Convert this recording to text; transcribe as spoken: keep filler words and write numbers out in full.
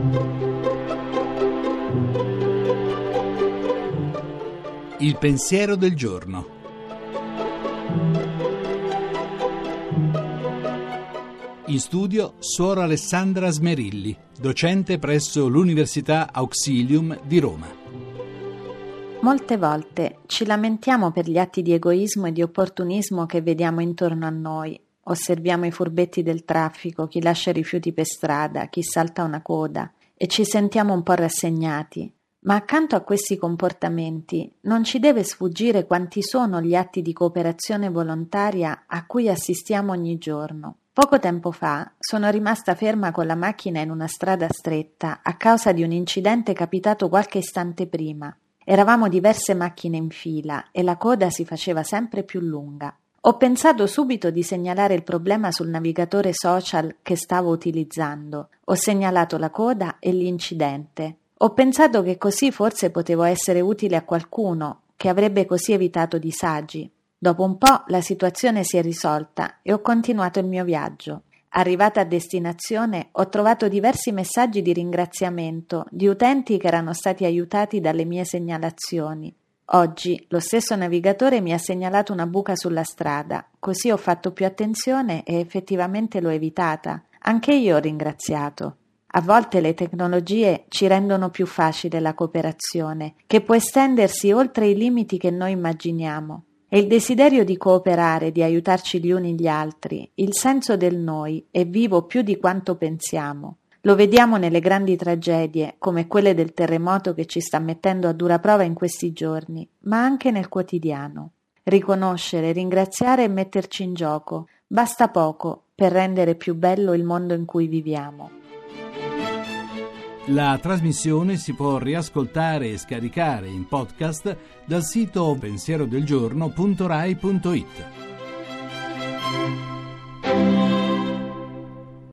Il pensiero del giorno. In studio Suor Alessandra Smerilli, docente presso l'Università Auxilium di Roma. Molte volte ci lamentiamo per gli atti di egoismo e di opportunismo che vediamo intorno a noi. Osserviamo i furbetti del traffico, chi lascia rifiuti per strada, chi salta una coda, e ci sentiamo un po' rassegnati. Ma accanto a questi comportamenti non ci deve sfuggire quanti sono gli atti di cooperazione volontaria a cui assistiamo ogni giorno. Poco tempo fa sono rimasta ferma con la macchina in una strada stretta a causa di un incidente capitato qualche istante prima. Eravamo diverse macchine in fila e la coda si faceva sempre più lunga. Ho pensato subito di segnalare il problema sul navigatore social che stavo utilizzando. Ho segnalato la coda e l'incidente. Ho pensato che così forse potevo essere utile a qualcuno, che avrebbe così evitato disagi. Dopo un po' la situazione si è risolta e ho continuato il mio viaggio. Arrivata a destinazione ho trovato diversi messaggi di ringraziamento di utenti che erano stati aiutati dalle mie segnalazioni. Oggi lo stesso navigatore mi ha segnalato una buca sulla strada, così ho fatto più attenzione e effettivamente l'ho evitata. Anche io ho ringraziato. A volte le tecnologie ci rendono più facile la cooperazione, che può estendersi oltre i limiti che noi immaginiamo. E il desiderio di cooperare, di aiutarci gli uni gli altri, il senso del noi è vivo più di quanto pensiamo. Lo vediamo nelle grandi tragedie, come quelle del terremoto che ci sta mettendo a dura prova in questi giorni, ma anche nel quotidiano. Riconoscere, ringraziare e metterci in gioco. Basta poco per rendere più bello il mondo in cui viviamo. La trasmissione si può riascoltare e scaricare in podcast dal sito pensierodelgiorno punto rai punto it.